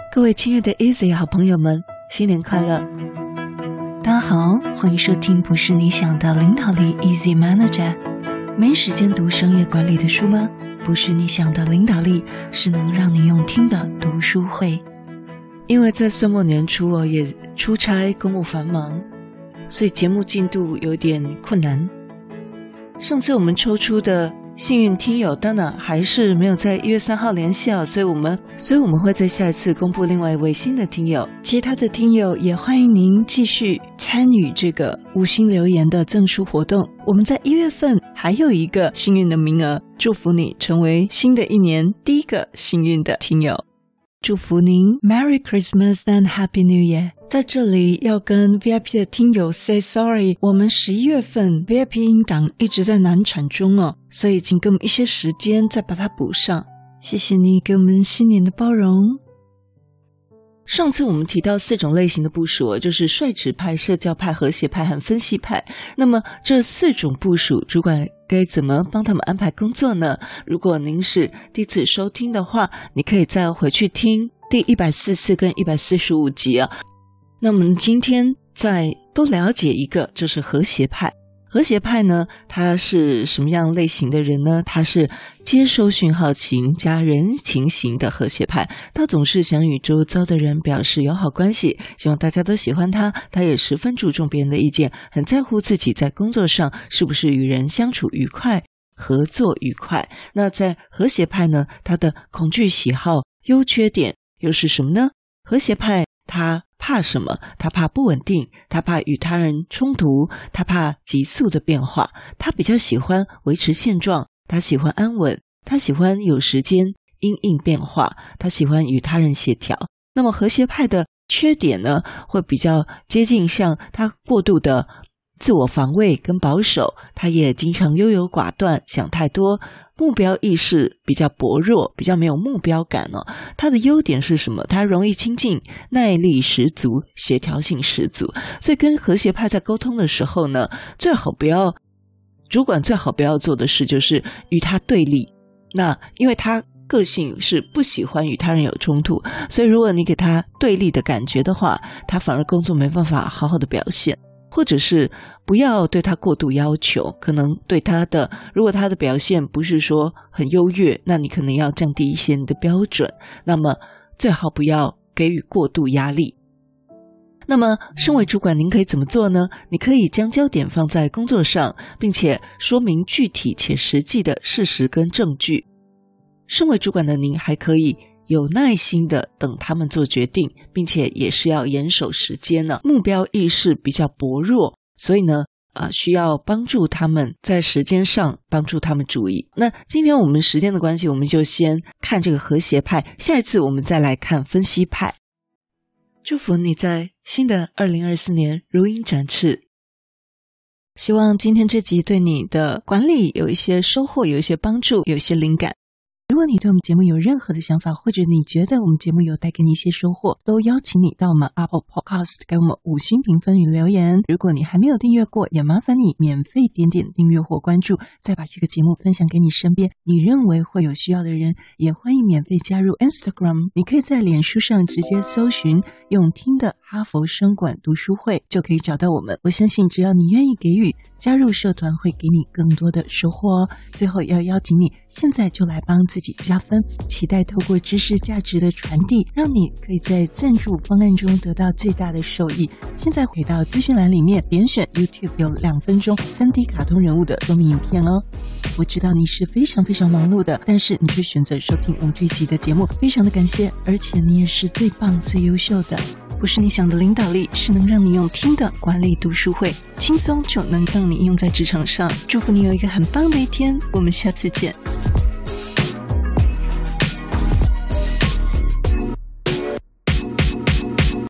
各位亲爱的 Easy 好朋友们，新年快乐！大家好，欢迎收听不是你想的领导力 Easy Manager。没时间读商业管理的书吗？不是你想的领导力，是能让你用听的读书会。因为在岁末年初也出差，公务繁忙，所以节目进度有点困难。上次我们抽出的幸运听友 Dana 还是没有在1月3号联系所以我们会在下一次公布另外一位新的听友。其他的听友也欢迎您继续参与这个5星留言的赠书活动。我们在1月份还有一个幸运的名额，祝福你成为新的一年第一个幸运的听友。祝福您 Merry Christmas and Happy New Year。 在这里要跟 VIP 的听友 say sorry， 我们11月份 VIP 音档一直在难产中所以请给我们一些时间再把它补上。谢谢你给我们新年的包容。上次我们提到4种类型的部署，就是率直派、社交派、和谐派和分析派。那么这4种部署主管该怎么帮他们安排工作呢？如果您是第一次收听的话，你可以再回去听第144跟145集那么今天再多了解一个，就是和谐派。和谐派呢，他是什么样类型的人呢？他是接收讯号型加人情型的和谐派，他总是想与周遭的人表示友好关系，希望大家都喜欢他。他也十分注重别人的意见，很在乎自己在工作上是不是与人相处愉快，合作愉快。那在和谐派呢，他的恐惧喜好优缺点又是什么呢？和谐派他怕什么？他怕不稳定，他怕与他人冲突，他怕急速的变化，他比较喜欢维持现状，他喜欢安稳，他喜欢有时间因应变化，他喜欢与他人协调。那么和谐派的缺点呢，会比较接近像他过度的自我防卫跟保守，他也经常优柔寡断，想太多，目标意识比较薄弱，比较没有目标感他的优点是什么？他容易亲近，耐力十足，协调性十足。所以跟和谐派在沟通的时候呢，主管最好不要做的事就是与他对立。那因为他个性是不喜欢与他人有冲突，所以如果你给他对立的感觉的话，他反而工作没办法好好的表现。或者是不要对他过度要求，可能对他的，如果他的表现不是说很优越，那你可能要降低一些你的标准，那么最好不要给予过度压力。那么身为主管您可以怎么做呢？你可以将焦点放在工作上，并且说明具体且实际的事实跟证据。身为主管的您还可以有耐心的等他们做决定，并且也是要严守时间目标意识比较薄弱，所以呢需要帮助他们在时间上帮助他们注意。那今天我们时间的关系，我们就先看这个和谐派，下一次我们再来看分析派。祝福你在新的2024年如鹰展翅。希望今天这集对你的管理有一些收获，有一些帮助，有一些灵感。如果你对我们节目有任何的想法，或者你觉得我们节目有带给你一些收获，都邀请你到我们 Apple Podcast 给我们5星评分与留言。如果你还没有订阅过，也麻烦你免费点订阅或关注，再把这个节目分享给你身边你认为会有需要的人。也欢迎免费加入 Instagram， 你可以在脸书上直接搜寻用听的哈佛商管读书会，就可以找到我们。我相信只要你愿意给予，加入社团会给你更多的收获最后要邀请你现在就来帮自己加分，期待透过知识价值的传递，让你可以在赞助方案中得到最大的受益。现在回到资讯栏里面，点选 YouTube 有2分钟 3D 卡通人物的说明影片我知道你是非常非常忙碌的，但是你却选择收听我们这一集的节目，非常的感谢，而且你也是最棒最优秀的。不是你想的领导力，是能让你用听的管理读书会，轻松就能让你用在职场上。祝福你有一个很棒的一天，我们下次见。